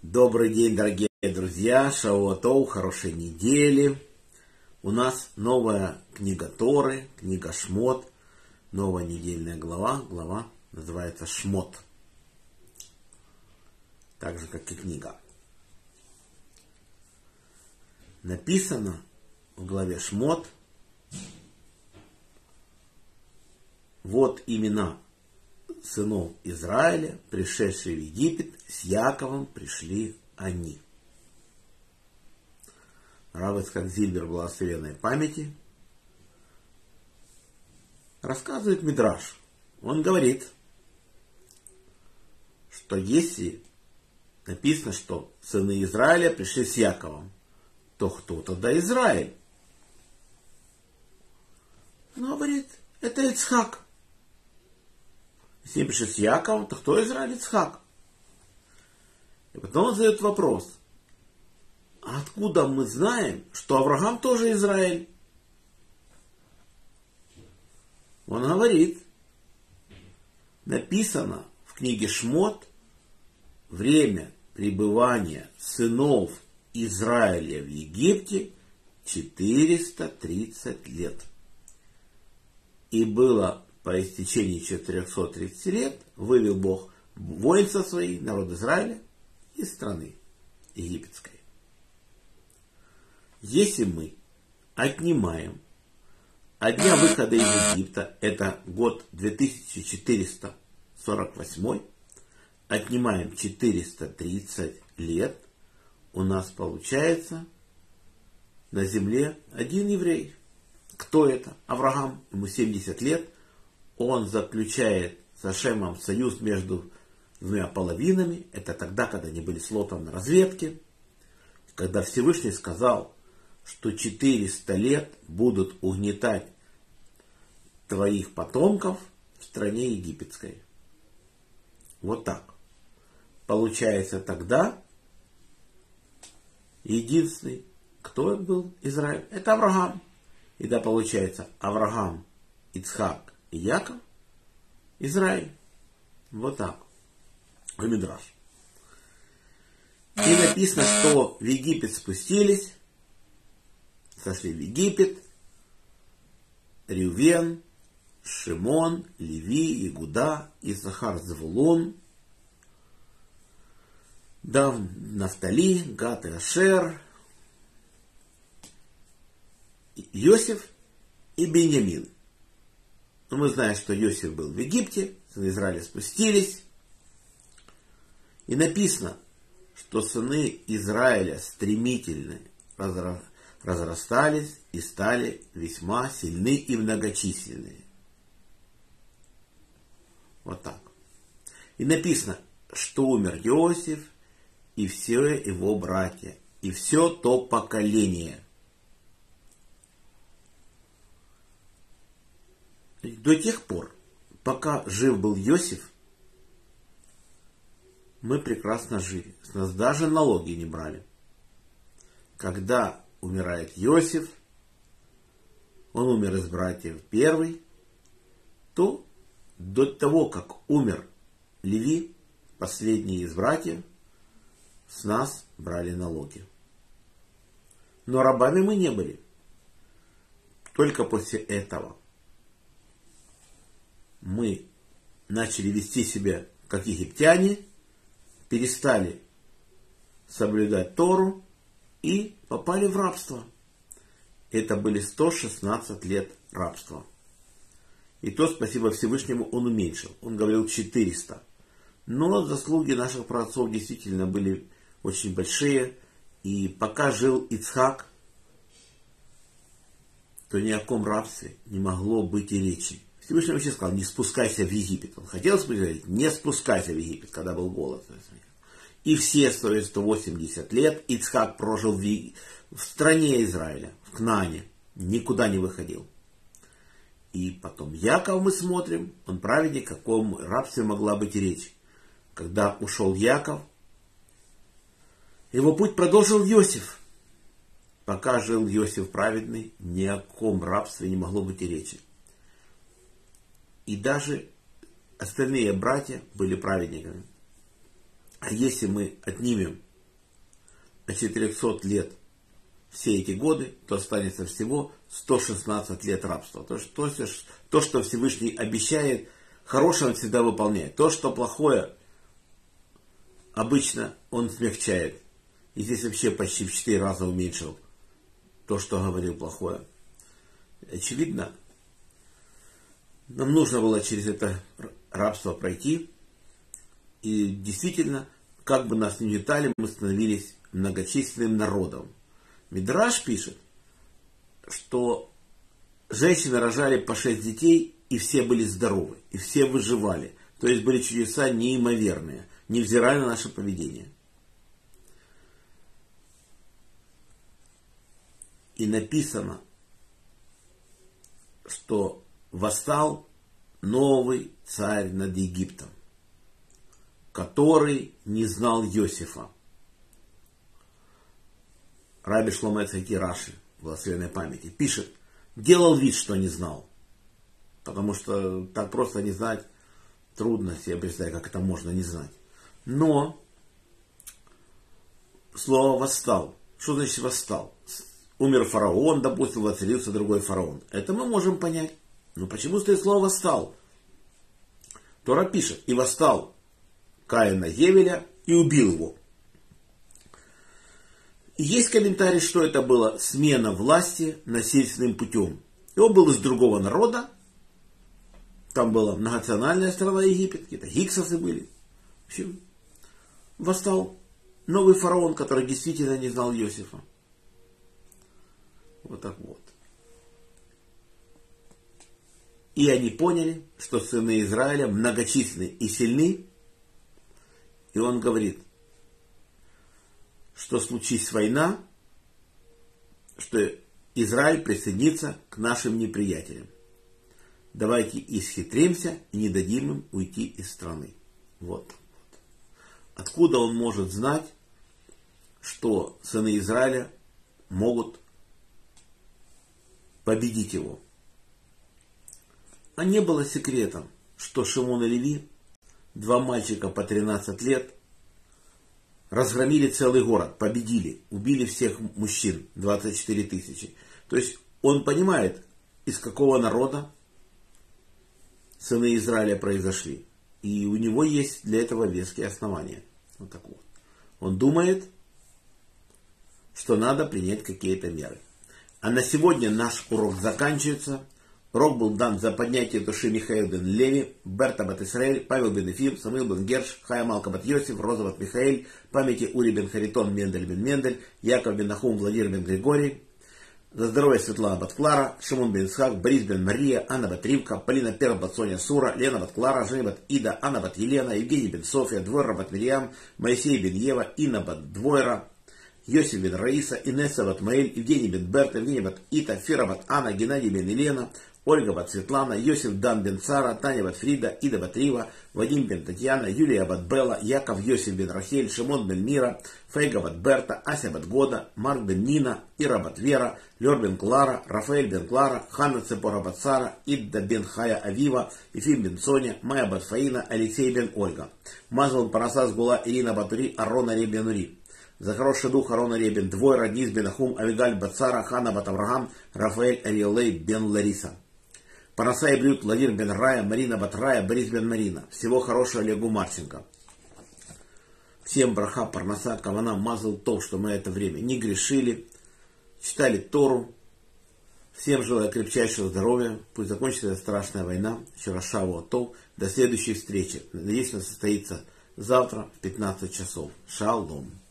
Добрый день, дорогие друзья, Шавуа-Тов, хорошей недели. У нас новая книга Торы, книга Шмот, новая недельная глава называется Шмот. Так же, как и книга. Написано в главе Шмот: вот имена сынов Израиля, пришедшие в Египет, с Яковом пришли они. Рав Ицхак Зильбер, благословенной памяти, рассказывает Мидраш. Он говорит, что если написано, что сыны Израиля пришли с Яковом, то кто тогда Израиль? Он говорит, это Ицхак. Если пришли с Яковом, то кто Израиль? Ицхак. И потом он задает вопрос, а откуда мы знаем, что Авраам тоже Израиль? Он говорит, написано в книге Шмот, время пребывания сынов Израиля в Египте 430 лет. И было по истечении 430 лет, вывел Бог воинства своих, народ Израиля, из страны египетской. Если мы отнимаем от дня выхода из Египта, это год 2448, отнимаем 430 лет, у нас получается на земле один еврей. Кто это? Авраам, ему 70 лет, он заключает с Ашемом союз между двумя половинами. Это тогда, когда они были с Лотом на разведке, когда Всевышний сказал, что 400 лет будут угнетать твоих потомков в стране египетской. Вот так. Получается, тогда единственный, кто был Израиль, это Авраам. И да, получается, Авраам, Ицхак и Яков, Израиль. Вот так. В Мидраш. И написано, что в Египет спустились, сошли в Египет Ревен, Шимон, Леви, Игуда, Исахар, Звулун, Дан, Нафтали, Гат и Ашер, Йосиф и Беньямин. Но мы знаем, что Йосиф был в Египте, сыны Израиля спустились. И написано, что сыны Израиля стремительно разрастались и стали весьма сильны и многочисленны. Вот так. И написано, что умер Иосиф и все его братья, и все то поколение. До тех пор, пока жив был Иосиф, мы прекрасно жили. С нас даже налоги не брали. Когда умирает Иосиф, он умер из братьев первый, то до того, как умер Леви, последний из братьев, с нас брали налоги. Но рабами мы не были. Только после этого мы начали вести себя как египтяне, перестали соблюдать Тору и попали в рабство. Это были 116 лет рабства. И то, спасибо Всевышнему, он уменьшил. Он говорил 400. Но заслуги наших праотцов действительно были очень большие. И пока жил Ицхак, то ни о каком рабстве не могло быть и речи. Всевышний вообще сказал, не спускайся в Египет. Он хотел сказать, не спускайся в Египет, когда был голод. И все свои 180 лет Ицхак прожил в стране Израиля, в Кнаане. Никуда не выходил. И потом Яков мы смотрим, он праведник, о каком рабстве могла быть и речь. Когда ушел Яков, его путь продолжил Иосиф. Пока жил Иосиф праведный, ни о каком рабстве не могло быть и речи. И даже остальные братья были праведниками. А если мы отнимем от 400 лет все эти годы, то останется всего 116 лет рабства. То, что Всевышний обещает, хорошее он всегда выполняет. То, что плохое, обычно он смягчает. И здесь вообще почти в 4 раза уменьшил то, что говорил плохое. Очевидно, нам нужно было через это рабство пройти. И действительно, как бы нас ни угнетали, мы становились многочисленным народом. Мидраш пишет, что женщины рожали по 6 детей, и все были здоровы, и все выживали. То есть были чудеса неимоверные, невзирая на наше поведение. И написано, что восстал новый царь над Египтом, который не знал Иосифа. Раби Шломо Цаки Раши, благословенной памяти, пишет, делал вид, что не знал. Потому что так просто не знать, трудно себе представить, как это можно не знать. Но слово «восстал». Что значит «восстал»? Умер фараон, допустим, воцарился другой фараон. Это мы можем понять. Но почему стоит слово «восстал»? Тора пишет, и восстал Каин на Гевеля и убил его. И есть комментарий, что это была смена власти насильственным путем. И он был из другого народа. Там была многонациональная страна Египет, какие-то гиксосы были. В общем, восстал новый фараон, который действительно не знал Иосифа. Вот так вот. И они поняли, что сыны Израиля многочисленны и сильны. И он говорит, что случись война, что Израиль присоединится к нашим неприятелям. Давайте исхитримся и не дадим им уйти из страны. Вот. Откуда он может знать, что сыны Израиля могут победить его? А не было секретом, что Шимон и Леви, 2 мальчика по 13 лет, разгромили целый город, победили, убили всех мужчин, 24 тысячи. То есть он понимает, из какого народа сыны Израиля произошли. И у него есть для этого веские основания. Вот так вот. Он думает, что надо принять какие-то меры. А на сегодня наш урок заканчивается. Урок был дан за поднятие души Михаил бен Леви, Берта бат Исраэль, Павел бен Ефим, Самуил бен Герш, Хая Малка бат Йосиф, Роза бат Михаэль, памяти Ури бен Харитон, Мендель бен Мендель, Яков бен Нахум, Владимир бен Григорий, за здоровье Светлана бат Клара, Шимон бен Исхак, Борис бен Мария, Анна бат Ривка, Полина Перл бат Соня Сура, Лена бат Клара, Женя бат Ида, Анна бат Елена, Евгений бен София, Двойра бат Мирьям, Моисей бен Ева, Инна бат Двойра, Йосиф бен Раиса, Инесса бат Маэль, Евгений бен Берта, Евгений бат Ита, Фира бат Анна, Геннадий бен Елена, Ольга бат Светлана, Йосиф Дан бен Сара, Таня бат Фрида, Ида бат Рива, Вадим бен Татьяна, Юлия бат Белла, Яков Йосиф бен Рахель, Шимон бен Мира, Фейга бат Берта, Ася бат Года, Марк бен Нина, Ира бат Вера, Лер бен Клара, Рафаэль бен Клара, Ханна Цепора бат Сара, Идда бен Хая Авива, Ефим бен Соня, Майя бат Фаина, Алексей бен Ольга, Мазал Парасас Гула, Ирина Батури, Арона Ребен Ури. За хороший дух Арона Ребен, Двойра, Низ бен Ахум, Авигаль бат Сара, Ханна бат Авраам, Рафаэль Ариелей бен Лариса. Параса и Блюд, Владимир бен Рая, Марина бат Рая, Борис бен Марина. Всего хорошего Олегу Марченко. Всем браха, парнаса, кавана, мазал то, что мы это время не грешили, читали Тору. Всем желаю крепчайшего здоровья. Пусть закончится эта страшная война. Шавуа Тов. До следующей встречи. Надеюсь, она состоится завтра в 15 часов. Шалом.